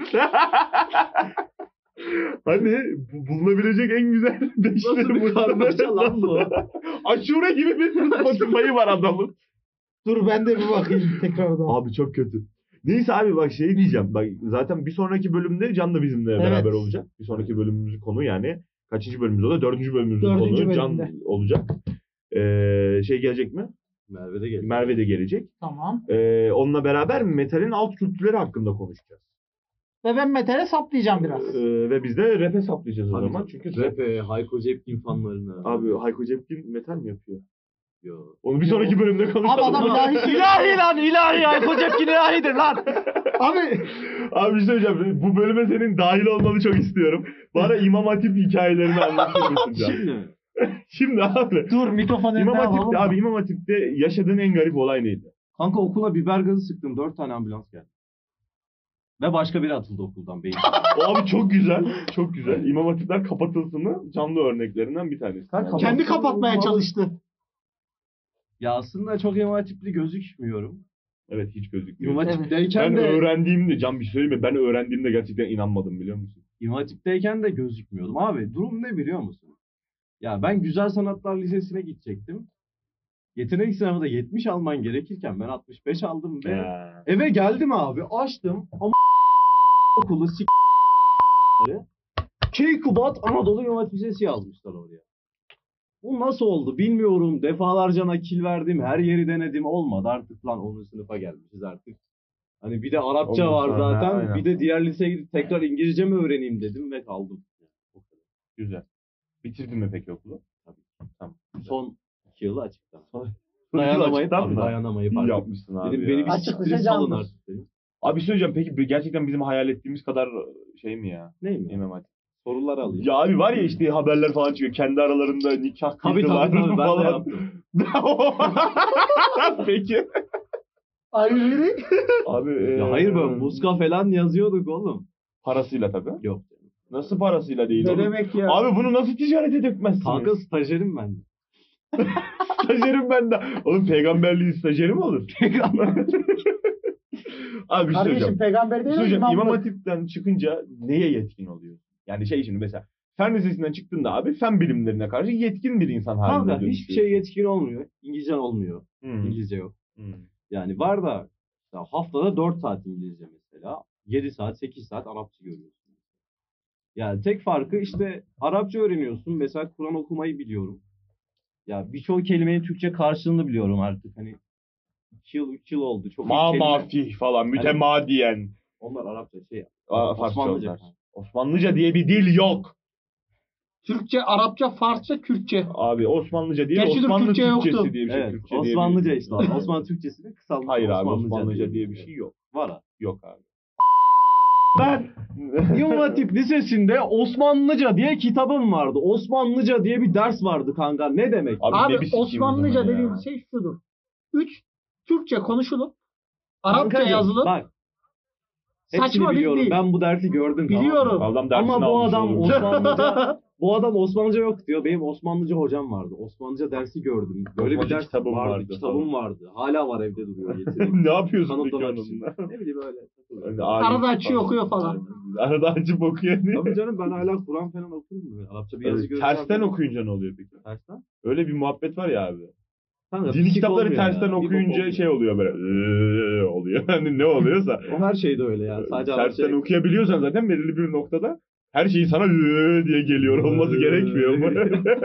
Hani bu- bulunabilecek en güzel beşleri Nasıl bir bu. karmaşa lan bu? Aşure gibi bir Spotify'ı var adamın. Dur ben de bir bakayım tekrardan. Abi çok kötü. Neyse abi bak şey diyeceğim. Bak zaten bir sonraki bölümde Can da bizimle Evet. beraber olacak. Bir sonraki bölümümüzün konu yani kaçıncı bölümümüz olacak? Dördüncü bölümümüzün Dördüncü konu Can bölümde. olacak. Ee, şey gelecek mi? Merve de geldi. Merve de gelecek. Tamam. Ee, onunla beraber metalin alt kültürleri hakkında konuşacağız. Ve ben metale saplayacağım biraz. Ee, ve biz de rap'e saplayacağız o Tabii zaman. tabii. Çünkü rap... Rap'e, Hayko Cepkin fanlarına. Abi Hayko Cepkin metal mi yapıyor? Yo. Onu bir sonraki bölümde konuşalım. Abi adam ilahi İlahi lan ilahi Hayko Cepkin ilahidir lan. Abi Abi bir şey söyleyeceğim. Bu bölüme senin dahil olmanı çok istiyorum. Bana İmam Hatip hikayelerini anlatır mısın Can? Şimdi Şimdi abi. dur mikrofonu İmam eline Hatip'te, alalım. abi İmam Hatip'te yaşadığın en garip olay neydi? kanka okula biber gazı sıktım. Dört tane ambulans geldi. Ve başka biri atıldı okuldan. Beyin. O abi çok güzel. Çok güzel. İmam Hatipler kapatılsını canlı örneklerinden bir tanesi. Kanka, Kendi kapatmaya çalıştı. Ya aslında çok İmam Hatipli gözükmüyorum. Evet hiç gözükmüyor. İmam Evet. Hatip'teyken Ben de öğrendiğimde, Can bir şey söyleyeyim mi? Ben öğrendiğimde gerçekten inanmadım biliyor musun? İmam Hatip'teyken de gözükmüyordum. Abi durum ne biliyor musun? Ya ben Güzel Sanatlar Lisesi'ne gidecektim. Yetenek sınavında yetmiş alman gerekirken ben altmış beş aldım ve Ya. eve geldim abi. Açtım ama okulu s***** Keykubat Anadolu İmam Hatip Lisesi yazmışlar oraya. Bu nasıl oldu bilmiyorum. Defalarca nakil verdim. Her yeri denedim. Olmadı artık lan onuncu sınıfa gelmişiz artık. Hani bir de Arapça Ondan var sonra, zaten. aynen. Bir de diğer liseye gidip tekrar İngilizce mi öğreneyim dedim ve kaldım. Güzel. Bitirdin mi peki okulu? Tamam. Son iki yılı açıktan. Dayanamayıp Dayanamayıp abi dayanamayıp İyi artık. yapmışsın abi Dedim ya. beni bir Açıkça siktirip salın candır. artık dedim. Abi bir şey söyleyeceğim. Peki gerçekten bizim hayal ettiğimiz kadar şey mi ya? Ney mi? İmam Hatip. Soruları alayım. Ya abi var ya işte haberler falan çıkıyor. Kendi aralarında nikah Tabii kıydılar tabii tabii ben de falan. yaptım. Peki. Ayrı. Abi Ya eee, hayır böyle muska falan yazıyorduk oğlum. parasıyla tabii. Yok. Nasıl parasıyla değil Ne oğlum? demek ya? Abi bunu nasıl ticarete dökmezsiniz? Kanka stajyerim ben. Stajyerim ben de. Oğlum peygamberliğin stajyeri mi olur? Abi bir şey Kardeşim söyleyeceğim. peygamber Bir değil şey söyleyeceğim. mi? İmam Hatip'ten çıkınca neye yetkin oluyor? Yani şey şimdi mesela fen lisesinden çıktığında abi fen bilimlerine karşı yetkin bir insan haline Kanka dönüşüyor. hiçbir şey yetkin olmuyor. İngilizcen olmuyor. Hmm. İngilizce yok. Hmm. Yani var da ya haftada dört saat İngilizce mesela. yedi saat sekiz saat Arapça görüyorsun. Yani tek farkı işte Arapça öğreniyorsun. Mesela Kur'an okumayı biliyorum. Ya birçok kelimenin Türkçe karşılığını biliyorum artık. Hani iki yıl üç yıl oldu. Çok iyi Ma kelime- mafih falan mütemadiyen. Onlar Arapça şey. Aa, Farsça Osmanlıca. onlar. Osmanlıca diye bir dil yok. Türkçe, Arapça, Farsça, Kürtçe. Abi Osmanlıca değil, Gerçi dur, Osmanlı Türkçe Türkçesi yoktu. diye bir şey. Evet. Türkçe diye bir- Osmanlıca işte. abi. Osmanlı Türkçesinin kısaltması. Hayır abi Osmanlıca, Osmanlıca diye bir şey yok. var ha. Yok abi. Ben İmam Hatip Lisesi'nde Osmanlıca diye kitabım vardı. Osmanlıca diye bir ders vardı kanka. Ne demek? Abi, Abi ne bir sikeyim o Osmanlıca zaman ya. dediğim şey şudur. Üç, Türkçe konuşulup Arapça Kankacığım, yazılıp Bak. Hepsini Saçma biliyorum. değil. Ben bu dersi gördüm. Biliyorum. Tamam mı? Adam dersini Ama bu almış adam olur. Osmanlıca bu adam Osmanlıca yok diyor. Benim Osmanlıca hocam vardı. Osmanlıca dersi gördüm. Böyle bir Osmanlıca ders kitabım vardı. vardı Kitabım vardı. Hala var evde duruyor. Getireyim. Ne yapıyorsun peki Kanıtlamak için. onunla? Ne bileyim öyle. Hani alim Arada açıyor okuyor falan. Arada açıp okuyor. Tabii canım ben hala Kur'an falan okurum. Böyle. Arapça bir yazı Evet, göreceğim. tersten okuyunca ne oluyor peki? Tersten? Öyle bir muhabbet var ya abi. Kanka, Dini psik kitapları olmuyor tersten ya. Bir bok okuyunca olmuyor. şey oluyor böyle "Eee" oluyor. Hani ne oluyorsa. O her şeyde öyle yani. Sadece Tersten Arapça. okuyabiliyorsan zaten belirli bir noktada her şeyi sana "Eee" diye geliyor olması gerekmiyor mu?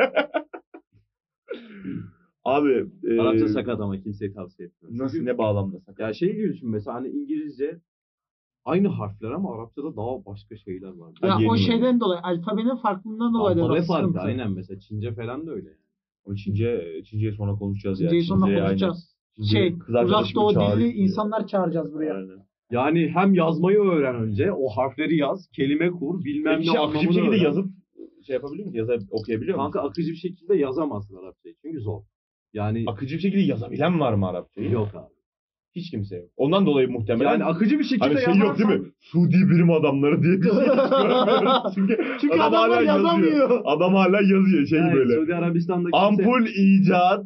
Abi e, Arapça sakat ama kimseye tavsiye etmiyorum. nasıl Çünkü- ne bağlamda sakat? Ya şey gibi düşün mesela hani İngilizce aynı harfler ama Arapçada daha başka şeyler var. Ya yeni o mi? şeyden dolayı, alfabenin farklılığından dolayı da Alfabe orası farkı sıkıntı. aynen mesela Çince falan da öyle. O Çince, Çince'yi sonra konuşacağız ya. Çinceyi sonra Çince'ye konuşacağız. aynen. Şey, Kız arkadaşımı uzak doğu çağırıyor. dilli insanlar çağıracağız buraya. Aynen. Yani hem yazmayı öğren önce, o harfleri yaz, kelime kur, bilmem Peki ne şey, akıcı bir anlamını şekilde öğren. yazıp şey yapabiliyor musun? Yazıp okuyabiliyor musun? Kanka akıcı bir şekilde yazamazsın Arapçayı çünkü zor. Yani Akıcı bir şekilde yazabilen var mı Arapçayı? yok abi. Hiç kimse yok. Ondan dolayı muhtemelen Yani akıcı bir şekilde hani şey yok değil mi? Suudi bilim adamları diye bir şey hiç görmüyoruz. Çünkü, Çünkü adam adamlar hala yazamıyor. yazıyor. Adam hala yazıyor şey Yani böyle. Suudi Arabistan'da kimse... Ampul icat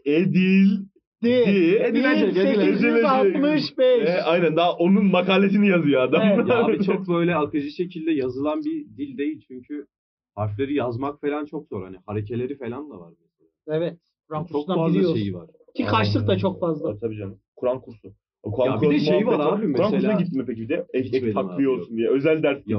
edil Değil. Edilecek, edilecek. sekiz yüz altmış beş. E, aynen daha onun makalesini yazıyor adam. Evet. Ya abi çok böyle akıcı şekilde yazılan bir dil değil çünkü harfleri yazmak falan çok zor. Hani harekeleri falan da var. Mesela. Evet. Kur'an Çok kursundan fazla biliyoruz. şeyi var. Ki kaçlık da çok fazla. Tabii canım. Kur'an kursu. O Kur'an Ya bir de kursu şey var muhabbeti abi Kur'an mesela- kursuna gittin mi peki bir de? Ek, ek Gitmedim takviye abi, olsun diye. Özel ders gibi. Yok.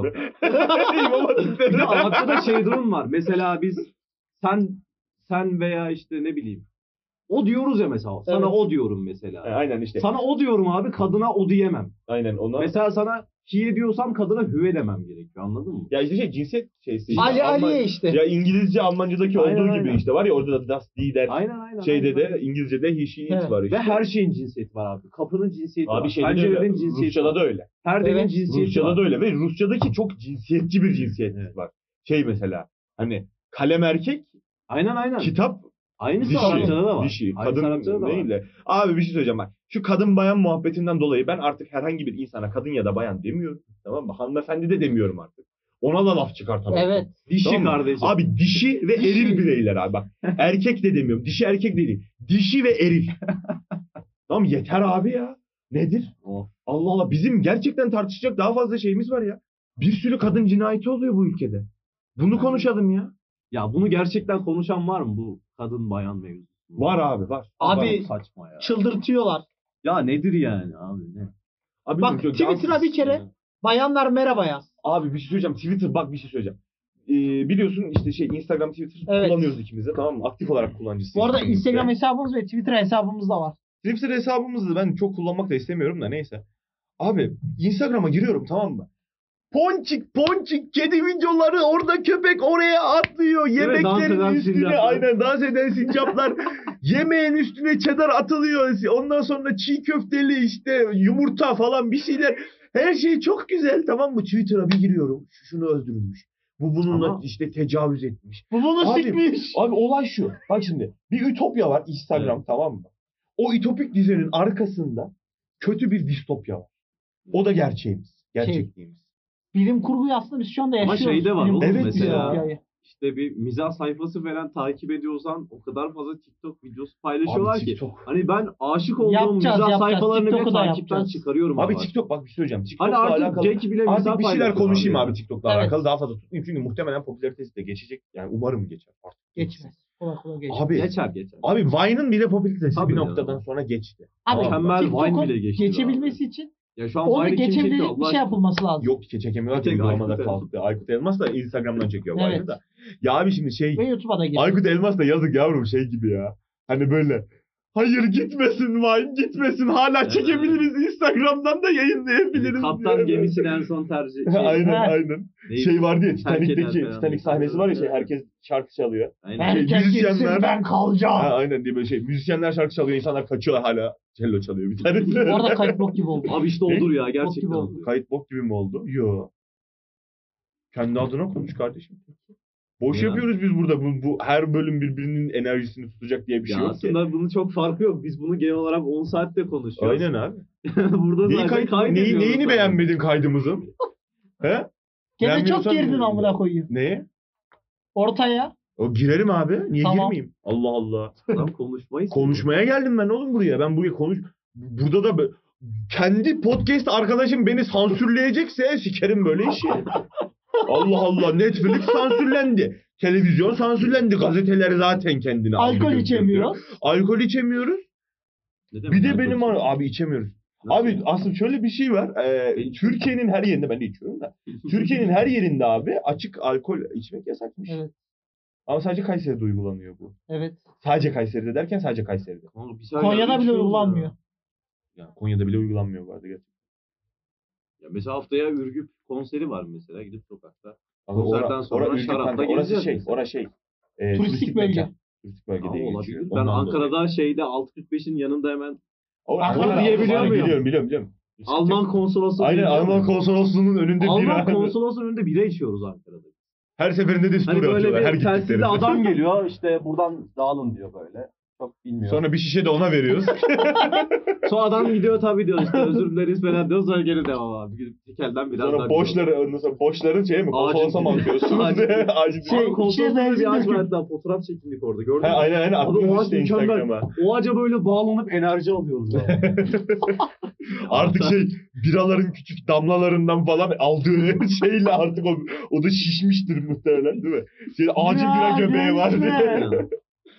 İmam Hatip'te Bir de Arapçada şey durum var. Mesela biz sen sen veya işte ne bileyim o diyoruz ya mesela. Sana Evet. o diyorum mesela. E, aynen işte. Sana o diyorum abi kadına o diyemem. Aynen ona. Mesela sana hiye diyorsam kadına hüve demem gerekiyor anladın mı? Ya işte şey cinsiyet şeysi. işte. Ali Alman- Aliye işte. Ya İngilizce Almancadaki Aynen, olduğu gibi aynen. işte var ya orada da das die der. Aynen aynen. Şeyde aynen. de İngilizce'de he she it Evet. var işte. Ve her şeyin cinsiyeti var abi. Kapının cinsiyeti Abi var. şeyde de öyle. Pencerenin cinsiyeti Rusça'da var. da öyle. Perdenin Evet. cinsiyeti Rusça'da var. da öyle ve Rusça'daki çok cinsiyetçi bir cinsiyet Evet. var. Şey mesela hani kalem erkek, Aynen aynen. kitap Aynısı dişi. Arapçada da var. Dişi. Aynısı Kadın Arapçada da var. değil de. Abi bir şey söyleyeceğim bak. Şu kadın bayan muhabbetinden dolayı ben artık herhangi bir insana kadın ya da bayan demiyorum. Tamam mı? Hanımefendi de demiyorum artık. Ona da laf çıkartamam. Evet. Dişi Tamam mı? kardeşim. Abi dişi ve Dişi. eril bireyler abi bak. Erkek de demiyorum. Dişi erkek de değil. Dişi ve eril. Tamam yeter abi ya. Nedir? Of. Allah Allah bizim gerçekten tartışacak daha fazla şeyimiz var ya. Bir sürü kadın cinayeti oluyor bu ülkede. Bunu konuşalım ya. Ya bunu gerçekten konuşan var mı bu kadın bayan mevzusu? Var abi var. Abi, Var. Çok saçma ya. Çıldırtıyorlar. Ya nedir yani abi ne? Abi Bak, çok Twitter'a cansız. bir kere bayanlar merhaba yaz. Abi bir şey söyleyeceğim. Twitter bak bir şey söyleyeceğim. Ee, biliyorsun işte şey Instagram, Twitter Evet. kullanıyoruz ikimiz de tamam mı? Aktif olarak kullanıcısıyız. Bu arada ikimiz de. Instagram hesabımız ve Twitter hesabımız da var. Twitter hesabımızı ben çok kullanmak da istemiyorum da neyse. Abi Instagram'a giriyorum tamam mı? Ponçik ponçik kedi videoları orada köpek oraya atlıyor. mi? Dans Yemeklerin eden üstüne sincaplar. aynen dans eden sincaplar. Yemeğin üstüne cheddar atılıyor. Ondan sonra çiğ köfteli işte yumurta falan bir şeyler. Her şey çok güzel tamam mı? Twitter'a bir giriyorum. Şu şunu öldürmüş. Bu bununla Ama- işte tecavüz etmiş. Bu bunu Abi- sikmiş. Abi olay şu. Bak şimdi bir ütopya var Instagram tamam mı? O ütopik düzenin arkasında kötü bir distopya var. O da gerçeğimiz. Gerçekliğimiz. Bilim kurguyu aslında biz şu anda Ama yaşıyoruz. şey de var Bilim oğlum kurgu Evet mesela. distopyayı. İşte bir mizah sayfası falan takip ediyorsan o kadar fazla TikTok videosu paylaşıyorlar Abi ki. TikTok. Hani ben aşık olduğum Yapacağız, mizah yapacağız. sayfalarını bile TikTok'u da takipten yapacağız. çıkarıyorum. Abi abi. TikTok bak bir şey söyleyeceğim. TikTok'la Hani artık alakalı. Jack bile mizah Artık bir şeyler paylaşıyor konuşayım ya. abi TikTok'la Evet. alakalı daha fazla tutmayayım. Çünkü muhtemelen popülaritesi de geçecek. Yani umarım geçer. Artık Geçmez. Kolay kolay geçmez. Abi, Geçer geçer. abi Vine'ın bile popülaritesi Tabii bir ya. noktadan sonra geçti. Abi Tamam mı? Mükemmel TikTok'un Vine bile geçti geçebilmesi için Ya şu an onu Vine'ı kim çekiyor geçebilecek Allah bir şey aşkına? yapılması lazım. Yok ki çekemiyorlar ki Tek uygulamada Aykut Elmas. kalktı. Aykut Elmas da Instagram'dan çekiyor Evet. Vine'ı da. Ya abi şimdi şey Ve YouTube'a da geçti. Aykut Elmas da yazık yavrum şey gibi ya. Hani böyle hayır gitmesin Vine gitmesin hala Evet. çekebiliriz Instagram'dan da yayınlayabiliriz. Kaptan diye. gemisinin en son tercih. Şey, aynen Ha. aynen. neydi? Şey vardı ya Terk Titanic'teki eden Titanic falan. sahnesi var ya şey herkes şarkı çalıyor. Aynen. Şey, Herkes müzisyenler- gitsin ben kalacağım. Ha, aynen diye böyle şey müzisyenler şarkı çalıyor insanlar kaçıyorlar hala cello çalıyor bir tane. Bu arada kayıt bok gibi oldu. Abi işte olur ya gerçekten gibi oldu. olur. Kayıt bok gibi mi oldu? Yo. Kendi adına konuş kardeşim. Boş Neden? yapıyoruz biz burada. Bu, bu her bölüm birbirinin enerjisini tutacak diye bir şey Ya yok ki. aslında bunun çok farkı yok. Biz bunu genel olarak on saatte konuşuyoruz. Aynen abi. Burada Neyi zaten kay- kaydediyoruz. neyi, neyini zaten. beğenmedin kaydımızın? He? Gene çok Beğenmiyorsan- girdin amına koyayım. Neye? Ortaya. O girerim abi. Niye Tamam. girmeyeyim? Allah Allah. Adam konuşmayı Konuşmaya geldim ben oğlum buraya. Ben buraya konuş... Burada da be- kendi podcast arkadaşım beni sansürleyecekse sikerim böyle işi. Allah Allah. Netflix sansürlendi. Televizyon sansürlendi. Gazeteler zaten kendini Alkol aldı, içemiyoruz. götürdü. Alkol içemiyoruz. Ne demek Bir de alkol benim içmiyor? abi içemiyoruz. Nasıl Abi yani? aslında şöyle bir şey var. Ee, Türkiye'nin her yerinde ben de içiyorum da. Türkiye'nin her yerinde abi açık alkol içmek yasakmış. Evet. Ama sadece Kayseri'de uygulanıyor bu. Evet. Sadece Kayseri'de derken sadece Kayseri'de. Kanka biz hala Konya'da bile içiyoruz uygulanmıyor. ya. Yani Konya'da bile uygulanmıyor bu arada gerçekten. Ya mesela haftaya Ürgüp konseri var mesela gidip sokakta. Ama Konserden ora- sonra ora Ürgüp şarapla kanka, orası gezeceğiz şey, mesela. orası şey. e, Turistik bölge. mekan. Turistik bölge Ama diye olabilir. geçiyor. Ben Ondan Ankara'da dolayı. şeyde altı kırk beşin yanında hemen O- Ankara Ankara- diyebiliyor Aynen, muyum? Biliyorum biliyorum biliyorum. Alman konsolosluğu Aynen biliyor Alman musun? konsolosluğunun önünde Alman bira. konsolosluğunun önünde bira içiyoruz Ankara'da. Her seferinde de story Hani böyle atıyorlar her bir telsizli gittiklerinde. adam geliyor işte buradan dağılın diyor böyle. Çok bilmiyor. Sonra bir şişe de ona veriyoruz. Sonra adam gidiyor tabii diyor işte özür dileriz falan diyor sonra geri devam abi. Gidip tekelden biraz Sonra daha boşları, ondan sonra boşların şey mi? Acil Konsolosa mı değil. atıyorsunuz? Acil değil. Acil Şey, değil. Abi konsolosluğunda içine bir ağaç benzin var hatta fotoğraf çekindik orada gördün Ha, mü? aynen aynen Abi o attınız ağaç işte mükemmel. Instagram'a. O ağaca böyle bağlanıp enerji alıyoruz abi. Artık şey biraların küçük damlalarından falan aldığı şeyle artık o, o da şişmiştir muhtemelen değil mi? Şey, acil Ya, bira göbeği var gezme. diye.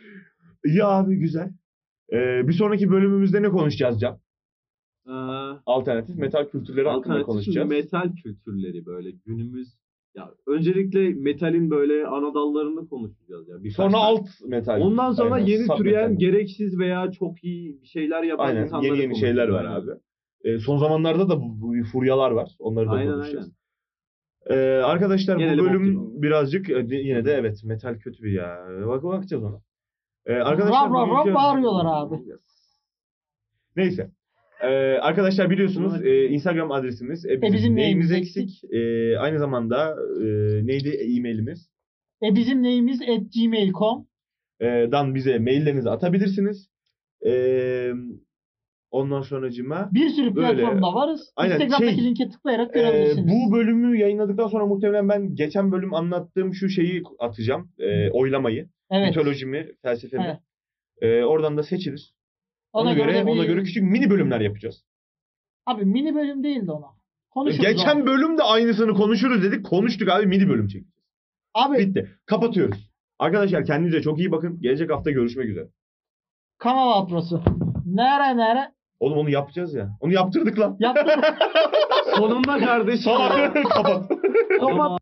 İyi abi güzel. Ee, bir sonraki bölümümüzde ne konuşacağız Can? Ee, Alternatif metal kültürleri hakkında alternatif konuşacağız. metal kültürleri böyle günümüz ya öncelikle metalin böyle ana dallarını konuşacağız ya. birkaç Sonra tane. alt metal. Ondan sonra Aynen, yeni sub türeyen metal. gereksiz veya çok iyi bir şeyler yapan Aynen insanları yeni yeni şeyler var konuşuyoruz. abi. Ee, son zamanlarda da bu, bu furyalar var. Onları da Aynen konuşacağız. aynen. Ee, arkadaşlar Geneli bu bok bölüm gibi. birazcık e, yine de evet metal kötü bir ya. Bak bakacağız ona. Ee, arkadaşlar Rav rav rav bugünkü- bağırıyorlar abi. Neyse. Ee, arkadaşlar biliyorsunuz e, Instagram adresimiz e, bizim, bizim neyimiz neyimiz eksik. E, aynı zamanda e, neydi e-mailimiz? E bizim neyimiz at gmail nokta com. E, dan bize maillerinizi atabilirsiniz. E, ondan sonracıma Bir sürü Böyle. platformda varız. Aynen, Instagram'daki şey, linke tıklayarak e, görebilirsiniz. bu bölümü yayınladıktan sonra muhtemelen ben geçen bölüm anlattığım şu şeyi atacağım. E, oylamayı. Evet. Mitolojimi, felsefemi. Evet. E, oradan da seçilir. Ona, göre, de bir- ona göre küçük mini bölümler yapacağız. Abi mini bölüm değildi ona. Konuşuruz Geçen abi. bölümde aynısını konuşuruz dedik. Konuştuk abi mini bölüm çekeceğiz. Abi Bitti. Kapatıyoruz. Arkadaşlar kendinize çok iyi bakın. Gelecek hafta görüşmek üzere. kanal atrosu. Nere nere? Oğlum onu yapacağız ya. Onu yaptırdık lan. Yaptım. Sonunda kardeşim. Salak. Kapat. Kapat.